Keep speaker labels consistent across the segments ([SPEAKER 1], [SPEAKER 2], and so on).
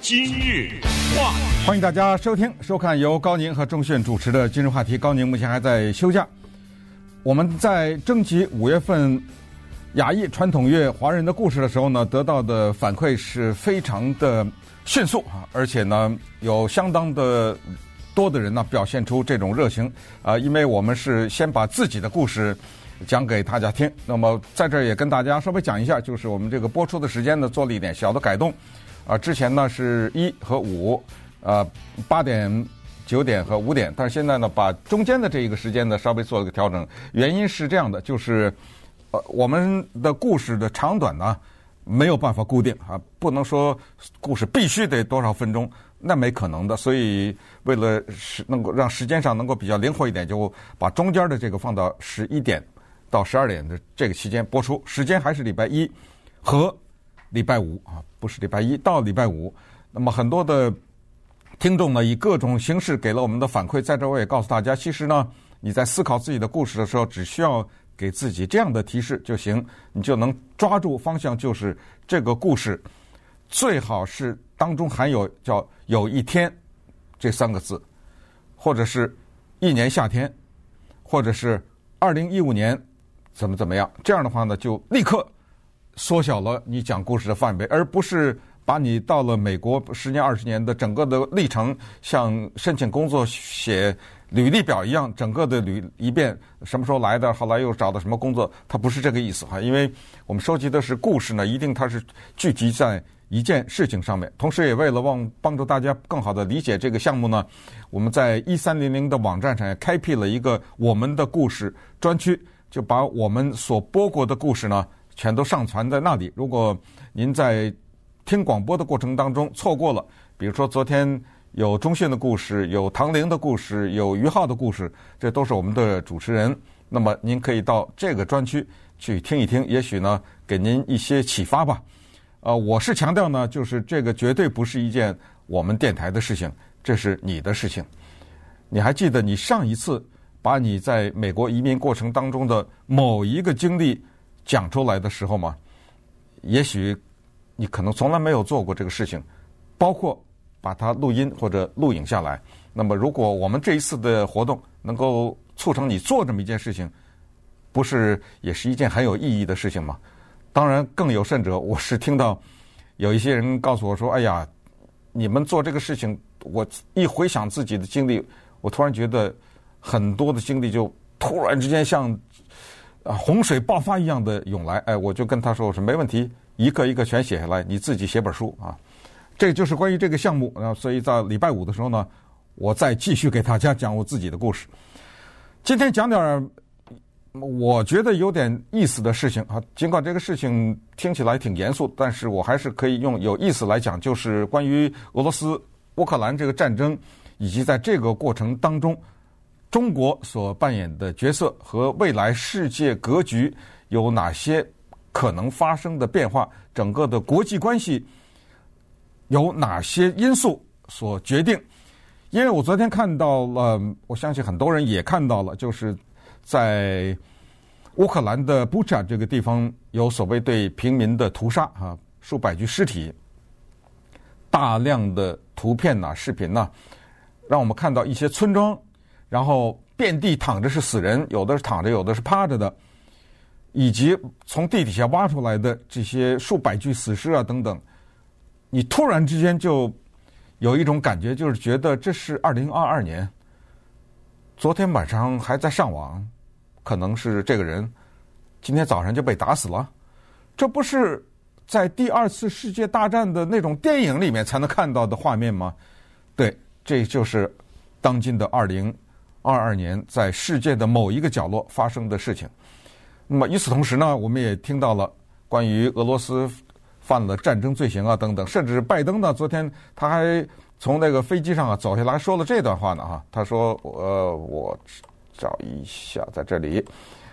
[SPEAKER 1] 今日话题，
[SPEAKER 2] 欢迎大家收看由高宁和钟迅主持的今日话题。高宁目前还在休假。我们在征集5月份亚裔传统乐华人的故事的时候呢，得到的反馈是非常的迅速啊，而且呢有相当的多的人呢表现出这种热情啊，因为我们是先把自己的故事讲给大家听。那么在这儿也跟大家稍微讲一下，就是我们这个播出的时间呢做了一点小的改动啊，之前呢是1和5，8点、9点和5点，但是现在呢把中间的这一个时间呢稍微做了个调整。原因是这样的，就是我们的故事的长短呢没有办法固定啊，不能说故事必须得多少分钟，那没可能的。所以为了能够让时间上能够比较灵活一点，就把中间的这个放到11点到12点的这个期间播出，时间还是礼拜1和礼拜5啊，不是礼拜1到礼拜5。那么很多的听众呢以各种形式给了我们的反馈，在这我也告诉大家，其实呢你在思考自己的故事的时候，只需要给自己这样的提示就行，你就能抓住方向，就是这个故事最好是当中含有叫有一天这3个字，或者是一年夏天，或者是2015年怎么样，这样的话呢就立刻缩小了你讲故事的范围，而不是把你到了美国10年20年的整个的历程，像申请工作写履历表一样，整个的捋一遍，什么时候来的，后来又找到什么工作，它不是这个意思哈。因为我们收集的是故事呢，一定它是聚集在一件事情上面。同时也为了帮助大家更好的理解这个项目呢，我们在1300的网站上也开辟了一个我们的故事专区，就把我们所播过的故事呢全都上传在那里。如果您在听广播的过程当中错过了，比如说昨天有钟迅的故事，有唐玲的故事，有于浩的故事，这都是我们的主持人，那么您可以到这个专区去听一听，也许呢给您一些启发吧。我是强调呢，就是这个绝对不是一件我们电台的事情，这是你的事情。你还记得你上一次把你在美国移民过程当中的某一个经历讲出来的时候吗？也许你可能从来没有做过这个事情，包括把它录音或者录影下来。那么如果我们这一次的活动能够促成你做这么一件事情，不是也是一件很有意义的事情吗？当然更有甚者，我是听到有一些人告诉我说，哎呀，你们做这个事情，我一回想自己的经历，我突然觉得很多的经历就突然之间像洪水爆发一样的涌来。我就跟他说，我说没问题，一个一个全写下来，你自己写本书啊。这就是关于这个项目啊，所以在礼拜5的时候呢，我再继续给大家讲我自己的故事。今天讲点我觉得有点意思的事情啊，尽管这个事情听起来挺严肃，但是我还是可以用有意思来讲，就是关于俄罗斯乌克兰这个战争，以及在这个过程当中中国所扮演的角色和未来世界格局有哪些可能发生的变化，整个的国际关系有哪些因素所决定。因为我昨天看到了，我相信很多人也看到了，就是在乌克兰的布恰这个地方有所谓对平民的屠杀啊，数百具尸体，大量的图片视频让我们看到一些村庄，然后遍地躺着是死人，有的是躺着，有的是趴着的，以及从地底下挖出来的这些数百具死尸等等。你突然之间就有一种感觉，就是觉得这是2022年，昨天晚上还在上网，可能是这个人今天早上就被打死了。这不是在第2次世界大战的那种电影里面才能看到的画面吗？对，这就是当今的2022年在世界的某一个角落发生的事情。那么与此同时呢，我们也听到了关于俄罗斯犯了战争罪行等等，甚至拜登呢，昨天他还从那个飞机上走下来说了这段话呢他说我找一下，在这里。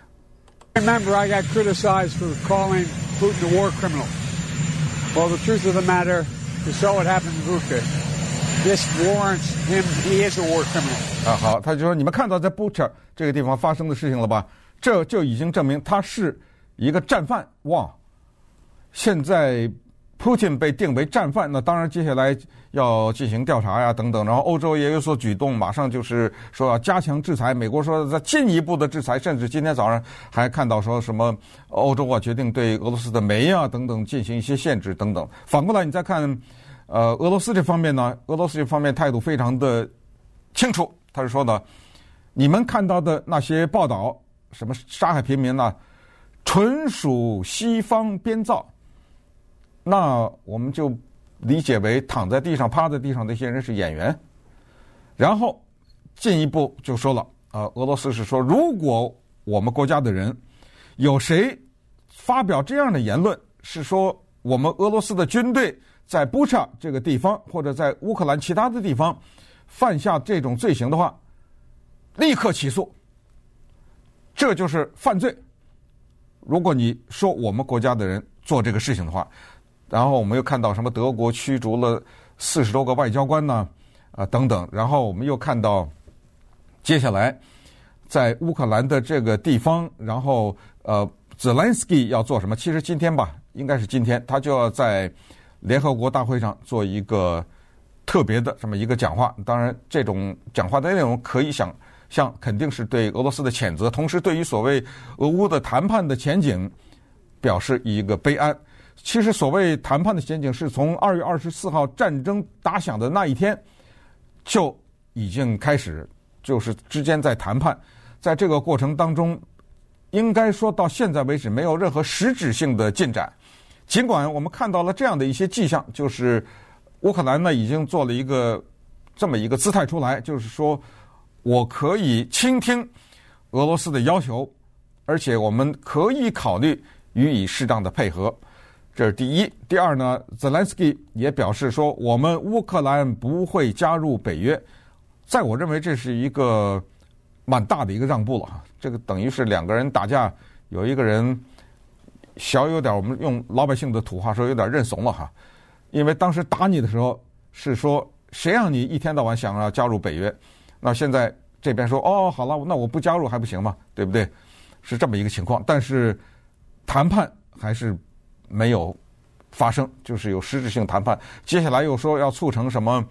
[SPEAKER 3] Remember, I got criticized for calling Putin a war criminal. Well, the truth of the matter, you saw what happened in Bucha. This warrants him. He is a war criminal.
[SPEAKER 2] 好，他就说你们看到在 Bucha 这个地方发生的事情了吧？这就已经证明他是一个战犯。哇！现在 Putin 被定为战犯，那当然接下来要进行调查呀等等，然后欧洲也有所举动，马上就是说要加强制裁，美国说再进一步的制裁，甚至今天早上还看到说什么欧洲决定对俄罗斯的煤啊等等进行一些限制等等。反过来你再看俄罗斯这方面呢，俄罗斯这方面态度非常的清楚，他是说呢，你们看到的那些报道什么杀害平民呢，纯属西方编造，那我们就理解为躺在地上趴在地上那些人是演员。然后进一步就说了俄罗斯是说，如果我们国家的人有谁发表这样的言论，是说我们俄罗斯的军队在布查这个地方或者在乌克兰其他的地方犯下这种罪行的话，立刻起诉，这就是犯罪。如果你说我们国家的人做这个事情的话，然后我们又看到什么德国驱逐了40多个外交官呢，等等，然后我们又看到接下来在乌克兰的这个地方，然后Zelensky 要做什么？其实今天吧，应该是今天，他就要在联合国大会上做一个特别的这么一个讲话。当然，这种讲话的内容可以想象，肯定是对俄罗斯的谴责，同时对于所谓俄乌的谈判的前景表示一个悲哀。其实所谓谈判的前景是从2月24号战争打响的那一天就已经开始，就是之间在谈判，在这个过程当中应该说到现在为止没有任何实质性的进展。尽管我们看到了这样的一些迹象，就是乌克兰呢已经做了一个这么一个姿态出来，就是说我可以倾听俄罗斯的要求，而且我们可以考虑予以适当的配合。这是第一。第二呢，泽连斯基也表示说，我们乌克兰不会加入北约。在我认为这是一个蛮大的一个让步了，这个等于是两个人打架，有一个人小有点，我们用老百姓的土话说，有点认怂了哈。因为当时打你的时候是说，谁让你一天到晚想要加入北约？那现在这边说，好了，那我不加入还不行吗？对不对？是这么一个情况。但是谈判还是没有发生，就是有实质性谈判。接下来又说要促成什么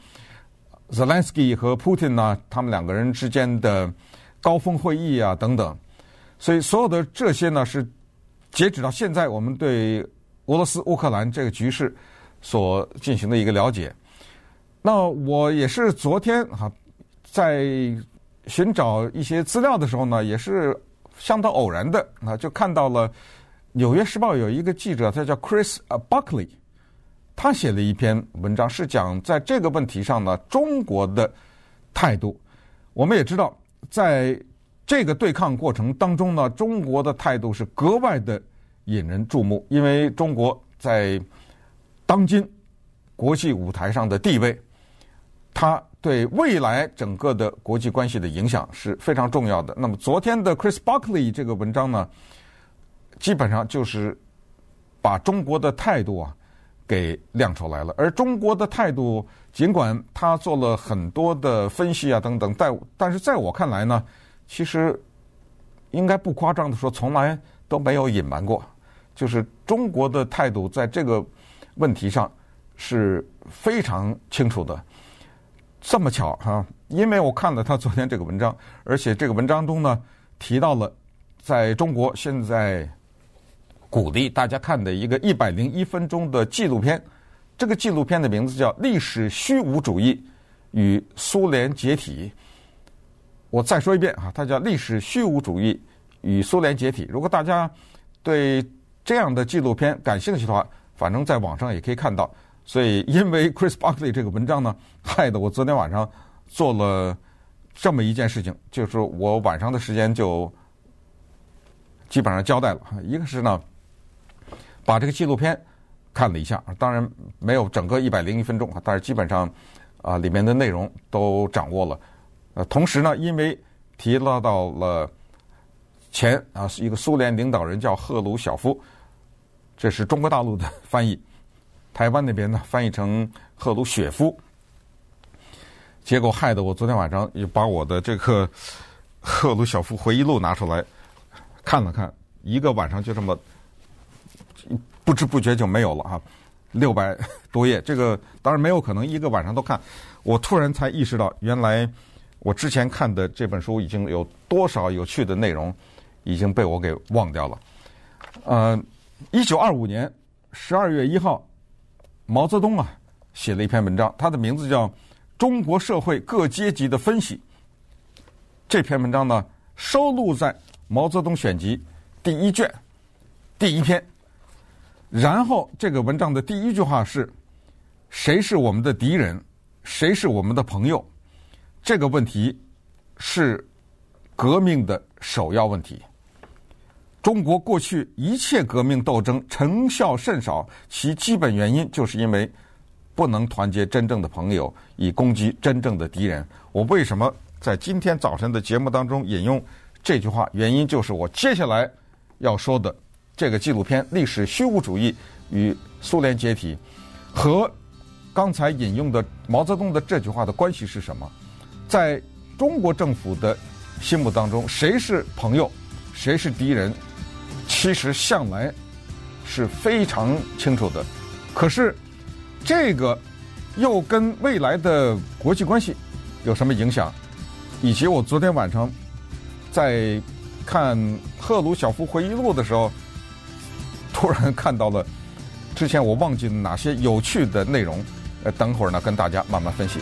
[SPEAKER 2] Zelensky 和 Putin 呢，他们两个人之间的高峰会议啊等等。所以所有的这些呢，是截止到现在我们对俄罗斯乌克兰这个局势所进行的一个了解。那我也是昨天在寻找一些资料的时候呢，也是相当偶然的就看到了纽约时报有一个记者，他叫 Chris Buckley， 他写了一篇文章，是讲在这个问题上呢中国的态度。我们也知道，在这个对抗过程当中呢，中国的态度是格外的引人注目，因为中国在当今国际舞台上的地位，它对未来整个的国际关系的影响是非常重要的。那么昨天的 Chris Buckley 这个文章呢，基本上就是把中国的态度给亮出来了。而中国的态度，尽管他做了很多的分析等等，但是在我看来呢，其实应该不夸张的说，从来都没有隐瞒过，就是中国的态度在这个问题上是非常清楚的。这么巧因为我看了他昨天这个文章，而且这个文章中呢提到了在中国现在鼓励大家看的一个101分钟的纪录片。这个纪录片的名字叫《历史虚无主义与苏联解体》。我再说一遍它叫《历史虚无主义与苏联解体》。如果大家对这样的纪录片感兴趣的话，反正在网上也可以看到。所以因为 Chris Buckley 这个文章呢，害得我昨天晚上做了这么一件事情，就是我晚上的时间就基本上交代了。一个是呢，把这个纪录片看了一下，当然没有整个101分钟，但是基本上里面的内容都掌握了。同时呢，因为提到了前一个苏联领导人叫赫鲁晓夫，这是中国大陆的翻译，台湾那边呢翻译成赫鲁雪夫。结果害得我昨天晚上又把我的这个赫鲁晓夫回忆录拿出来看了看，一个晚上就这么不知不觉就没有了 600多页，这个当然没有可能一个晚上都看。我突然才意识到，原来我之前看的这本书已经有多少有趣的内容已经被我给忘掉了。1925年12月1号，毛泽东写了一篇文章，他的名字叫《中国社会各阶级的分析》。这篇文章呢，收录在《毛泽东选集》第1卷第1篇。然后这个文章的第1句话是：谁是我们的敌人，谁是我们的朋友？这个问题是革命的首要问题。中国过去一切革命斗争成效甚少，其基本原因就是因为不能团结真正的朋友，以攻击真正的敌人。我为什么在今天早晨的节目当中引用这句话？原因就是我接下来要说的这个纪录片《历史虚无主义与苏联解体》和刚才引用的毛泽东的这句话的关系是什么？在中国政府的心目当中，谁是朋友，谁是敌人，其实向来是非常清楚的。可是这个又跟未来的国际关系有什么影响？以及我昨天晚上在看赫鲁晓夫回忆录的时候，突然看到了之前我忘记了哪些有趣的内容。等会儿呢，跟大家慢慢分析。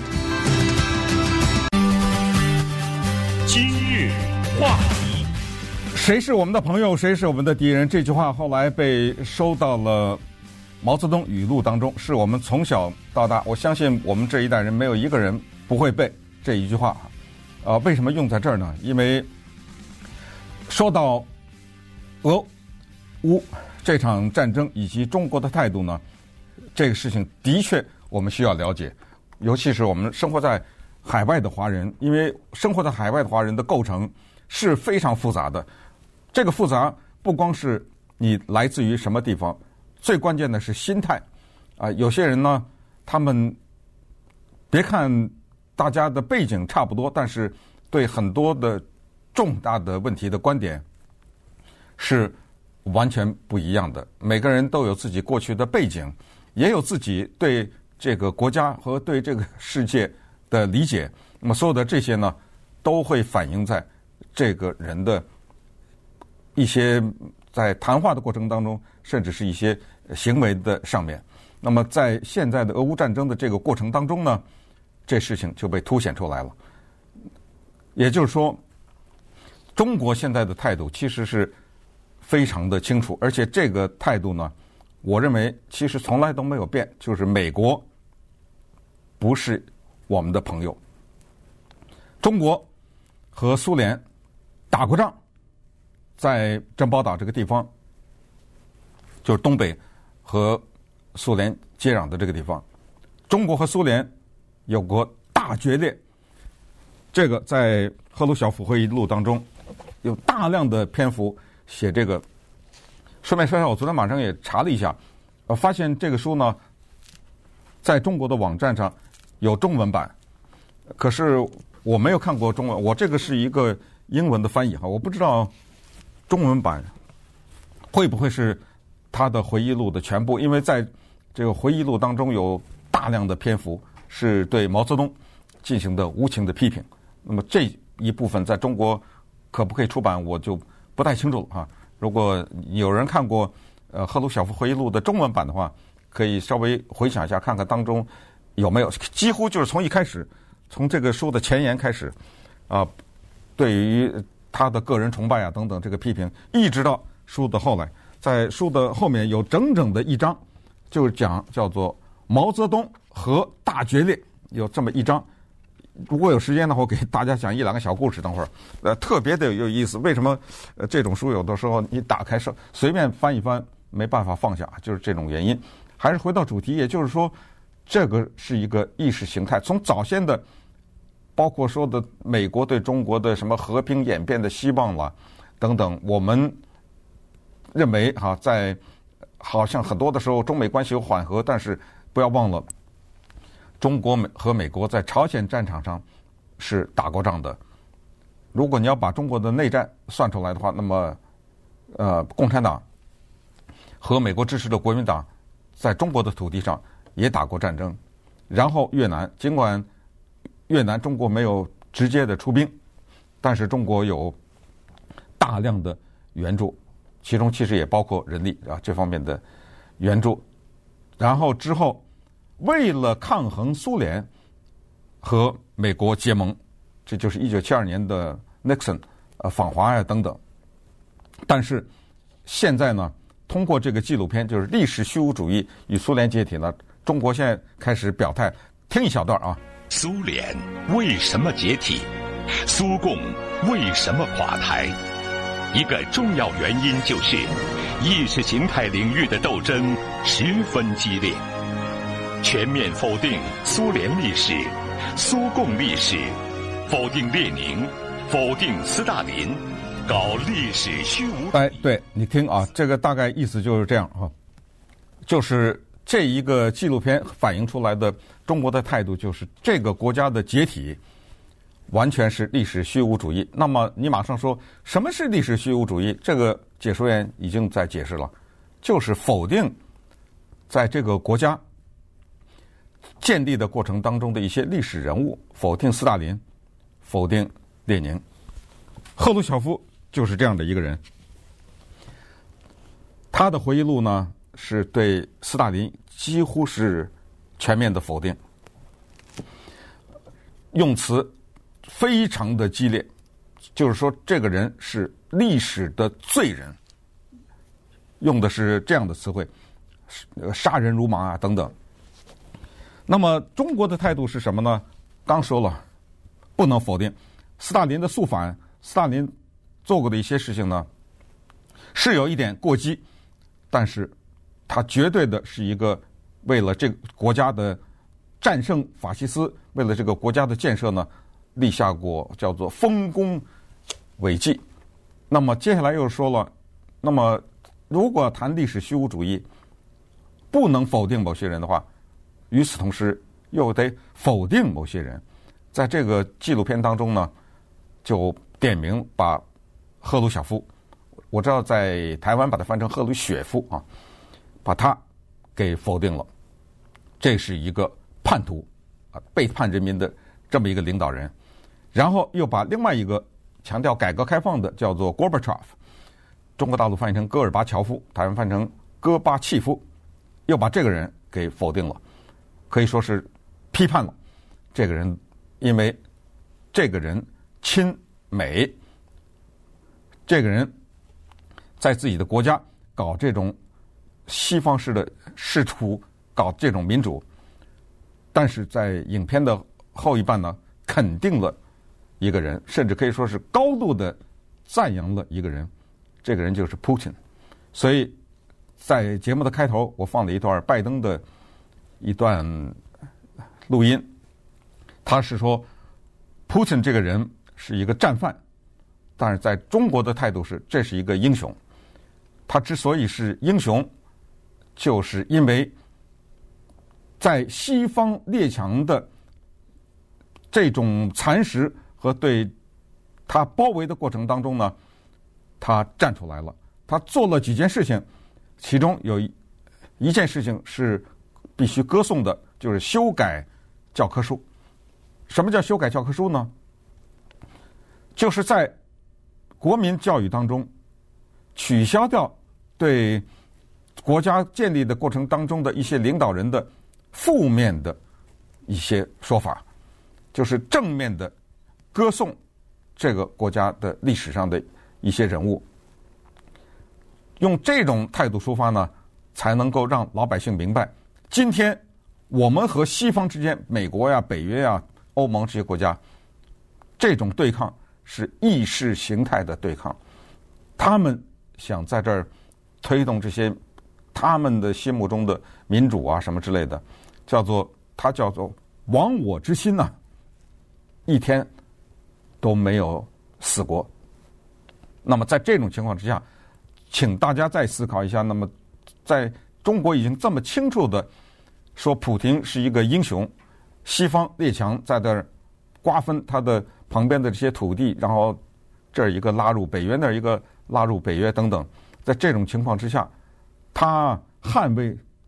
[SPEAKER 1] 今日话题，
[SPEAKER 2] 谁是我们的朋友，谁是我们的敌人？这句话后来被收到了毛泽东语录当中，是我们从小到大，我相信我们这一代人没有一个人不会背这一句话。为什么用在这儿呢？因为说到俄乌这场战争以及中国的态度呢，这个事情的确我们需要了解，尤其是我们生活在海外的华人，因为生活在海外的华人的构成是非常复杂的。这个复杂不光是你来自于什么地方，最关键的是心态。有些人呢，他们别看大家的背景差不多，但是对很多的重大的问题的观点是完全不一样的。每个人都有自己过去的背景，也有自己对这个国家和对这个世界的理解。那么所有的这些呢，都会反映在这个人的一些在谈话的过程当中，甚至是一些行为的上面。那么在现在的俄乌战争的这个过程当中呢，这事情就被凸显出来了。也就是说，中国现在的态度其实是非常的清楚，而且这个态度呢，我认为其实从来都没有变，就是美国不是我们的朋友。中国和苏联打过仗，在珍宝岛这个地方，就是东北和苏联接壤的这个地方，中国和苏联有过大决裂。这个在赫鲁晓夫回忆录当中有大量的篇幅写这个。顺便说一下，我昨天晚上也查了一下，发现这个书呢，在中国的网站上有中文版，可是我没有看过中文，我这个是一个英文的翻译哈，我不知道中文版会不会是他的回忆录的全部，因为在这个回忆录当中有大量的篇幅是对毛泽东进行的无情的批评。那么这一部分在中国可不可以出版，我就不太清楚了哈。如果有人看过赫鲁晓夫回忆录的中文版的话，可以稍微回想一下，看看当中有没有，几乎就是从一开始，从这个书的前言开始，对于他的个人崇拜等等这个批评，一直到书的后来，在书的后面有整整的一章，就是讲叫做毛泽东和大决裂，有这么一章。如果有时间的话，我给大家讲一两个小故事。等会儿，特别的有意思。为什么这种书有的时候你打开随便翻一翻，没办法放下，就是这种原因。还是回到主题，也就是说，这个是一个意识形态。从早先的，包括说的美国对中国的什么和平演变的希望啦，等等，我们认为在好像很多的时候中美关系有缓和，但是不要忘了。中国和美国在朝鲜战场上是打过仗的。如果你要把中国的内战算出来的话，那么共产党和美国支持的国民党在中国的土地上也打过战争。然后越南，尽管越南中国没有直接的出兵，但是中国有大量的援助，其中其实也包括人力这方面的援助。然后之后为了抗衡苏联和美国结盟，这就是1972年的 Nixon 访华等等。但是现在呢，通过这个纪录片，就是历史虚无主义与苏联解体呢，中国现在开始表态，听一小段啊。
[SPEAKER 1] 苏联为什么解体？苏共为什么垮台？一个重要原因就是意识形态领域的斗争十分激烈，全面否定苏联历史、苏共历史，否定列宁，否定斯大林，搞历史虚无。
[SPEAKER 2] 对，你听啊，这个大概意思就是这样啊，就是这一个纪录片反映出来的中国的态度，就是这个国家的解体完全是历史虚无主义。那么你马上说什么是历史虚无主义？这个解说员已经在解释了，就是否定在这个国家建立的过程当中的一些历史人物，否定斯大林，否定列宁。赫鲁晓夫就是这样的一个人。他的回忆录呢，是对斯大林几乎是全面的否定，用词非常的激烈，就是说这个人是历史的罪人，用的是这样的词汇，杀人如麻等等。那么中国的态度是什么呢？刚说了，不能否定斯大林的肃反，斯大林做过的一些事情呢，是有一点过激，但是他绝对的是一个为了这个国家的战胜法西斯，为了这个国家的建设呢，立下过叫做丰功伟绩。那么接下来又说了，那么如果谈历史虚无主义，不能否定某些人的话，与此同时又得否定某些人。在这个纪录片当中呢，就点名把赫鲁晓夫，我知道在台湾把它翻成赫鲁雪夫啊，把他给否定了。这是一个叛徒啊，背叛人民的这么一个领导人。然后又把另外一个强调改革开放的叫做 Gorbachev， 中国大陆翻译成戈尔巴乔夫，台湾翻译成戈巴契夫，又把这个人给否定了，可以说是批判了这个人，因为这个人亲美，这个人在自己的国家搞这种西方式的，试图搞这种民主，但是在影片的后一半呢，肯定了一个人，甚至可以说是高度的赞扬了一个人，这个人就是 Putin。 所以在节目的开头，我放了一段拜登的一段录音，他是说 Putin 这个人是一个战犯，但是在中国的态度是这是一个英雄。他之所以是英雄，就是因为在西方列强的这种蚕食和对他包围的过程当中呢，他站出来了，他做了几件事情，其中有一件事情是必须歌颂的，就是修改教科书。什么叫修改教科书呢？就是在国民教育当中取消掉对国家建立的过程当中的一些领导人的负面的一些说法，就是正面的歌颂这个国家的历史上的一些人物。用这种态度出发呢，才能够让老百姓明白，今天我们和西方之间，美国呀、北约呀、欧盟这些国家，这种对抗是意识形态的对抗。他们想在这儿推动这些他们的心目中的民主啊什么之类的，叫做亡我之心呐，一天都没有死过。那么在这种情况之下，请大家再思考一下，那么在中国已经这么清楚的说普京是一个英雄，西方列强在这儿瓜分他的旁边的这些土地，然后这儿一个拉入北约，那儿一个拉入北约等等，在这种情况之下，他捍卫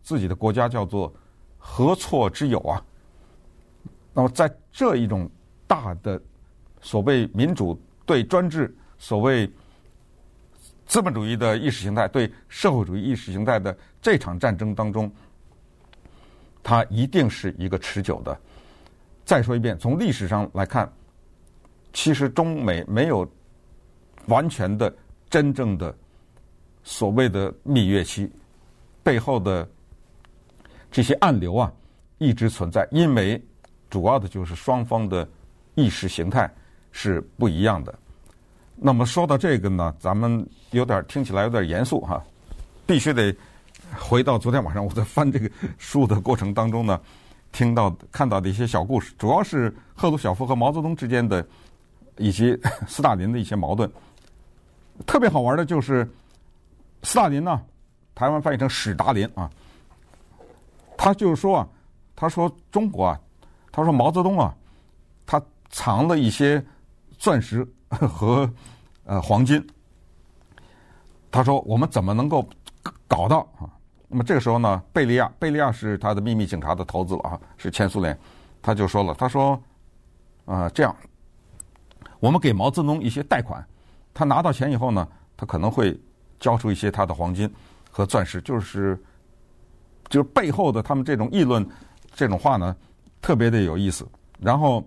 [SPEAKER 2] 自己的国家叫做何错之有啊？那么在这一种大的所谓民主对专制、所谓资本主义的意识形态对社会主义意识形态的这场战争当中，它一定是一个持久的。再说一遍，从历史上来看，其实中美没有完全的真正的所谓的蜜月期，背后的这些暗流啊一直存在，因为主要的就是双方的意识形态是不一样的。那么说到这个呢，咱们听起来有点严肃哈，必须得回到昨天晚上我在翻这个书的过程当中呢，看到的一些小故事，主要是赫鲁晓夫和毛泽东之间的，以及斯大林的一些矛盾。特别好玩的就是斯大林呢，台湾翻译成史达林啊，他就是说啊，他说中国啊，他说毛泽东啊，他藏了一些钻石和黄金，他说我们怎么能够搞到啊？那么这个时候呢，贝利亚是他的秘密警察的头子了啊，是前苏联，他就说了，他说这样，我们给毛泽东一些贷款，他拿到钱以后呢，他可能会交出一些他的黄金和钻石，就是背后的他们这种议论这种话呢，特别的有意思。然后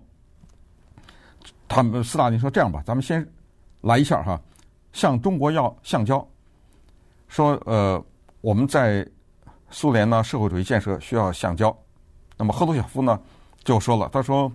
[SPEAKER 2] 斯大林说这样吧，咱们先来一下哈，向中国要橡胶，说我们在苏联呢社会主义建设需要橡胶。那么赫鲁晓夫呢就说了，他说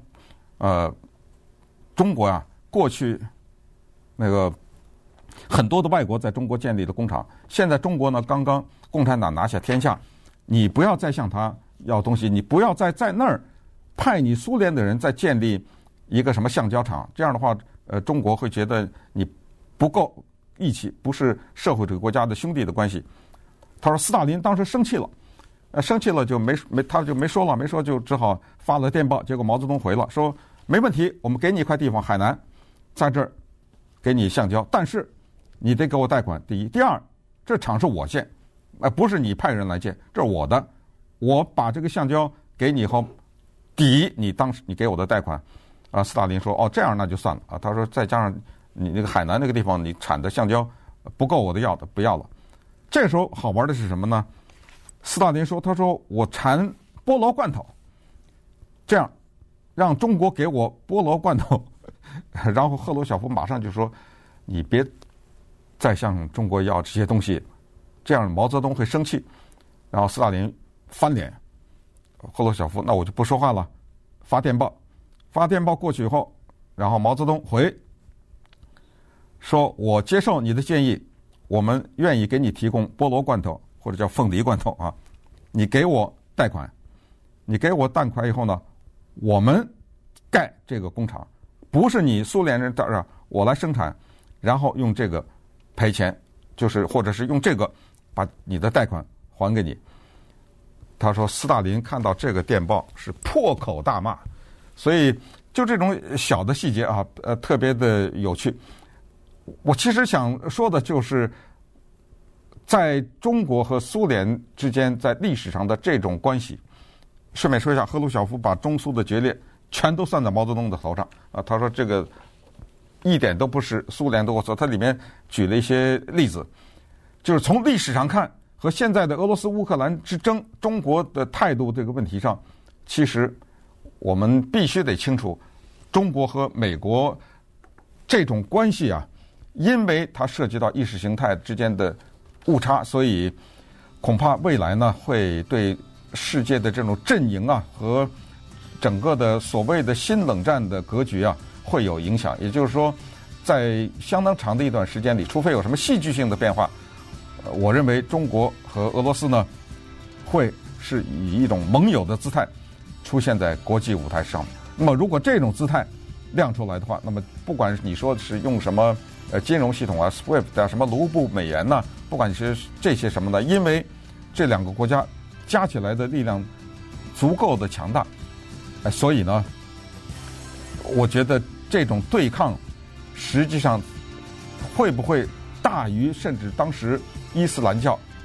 [SPEAKER 2] 中国呀过去那个很多的外国在中国建立的工厂，现在中国呢刚刚共产党拿下天下，你不要再向他要东西，你不要再在那儿派你苏联的人再建立一个什么橡胶厂，这样的话中国会觉得你不够义气，不是社会主义国家的兄弟的关系。他说斯大林当时生气了，他就没说就只好发了电报，结果毛泽东回了说没问题，我们给你一块地方海南，在这儿给你橡胶，但是你得给我贷款，第一，第二，这厂是我建，不是你派人来建，这是我的，我把这个橡胶给你以后抵你当时你给我的贷款啊。斯大林说这样那就算了啊，他说再加上你那个海南那个地方你产的橡胶不够我的要的，不要了。这时候好玩的是什么呢？斯大林说，他说我产菠萝罐头，这样让中国给我菠萝罐头。然后赫鲁晓夫马上就说你别再向中国要这些东西，这样毛泽东会生气。然后斯大林翻脸，赫鲁晓夫那我就不说话了，发电报过去以后，然后毛泽东回说我接受你的建议，我们愿意给你提供菠萝罐头或者叫凤梨罐头啊，你给我贷款，你给我贷款以后呢，我们盖这个工厂，不是你苏联人这儿我来生产，然后用这个赔钱，就是或者是用这个把你的贷款还给你。他说斯大林看到这个电报是破口大骂，所以就这种小的细节啊，特别的有趣。我其实想说的就是，在中国和苏联之间在历史上的这种关系，顺便说一下，赫鲁晓夫把中苏的决裂全都算在毛泽东的头上啊。他说这个一点都不是苏联的过错，他里面举了一些例子，就是从历史上看和现在的俄罗斯乌克兰之争，中国的态度这个问题上，其实我们必须得清楚，中国和美国这种关系啊，因为它涉及到意识形态之间的误差，所以恐怕未来呢会对世界的这种阵营啊和整个的所谓的新冷战的格局啊会有影响。也就是说，在相当长的一段时间里，除非有什么戏剧性的变化，我认为中国和俄罗斯呢会是以一种盟友的姿态出现在国际舞台上。那么如果这种姿态亮出来的话，那么不管你说是用什么金融系统啊 SWIFT 啊什么卢布美元呐，不管是这些什么的，因为这两个国家加起来的力量足够的强大，所以呢我觉得这种对抗实际上会不会大于甚至当时伊斯兰教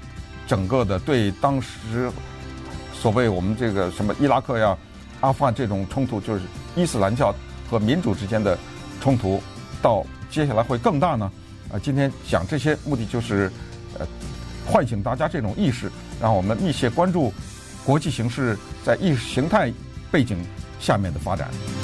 [SPEAKER 2] 整个的对当时所谓我们这个什么伊拉克呀、阿富汗这种冲突，就是伊斯兰教和民主之间的冲突，到接下来会更大呢？今天讲这些目的就是唤醒大家这种意识，让我们密切关注国际形势在意识形态背景下面的发展。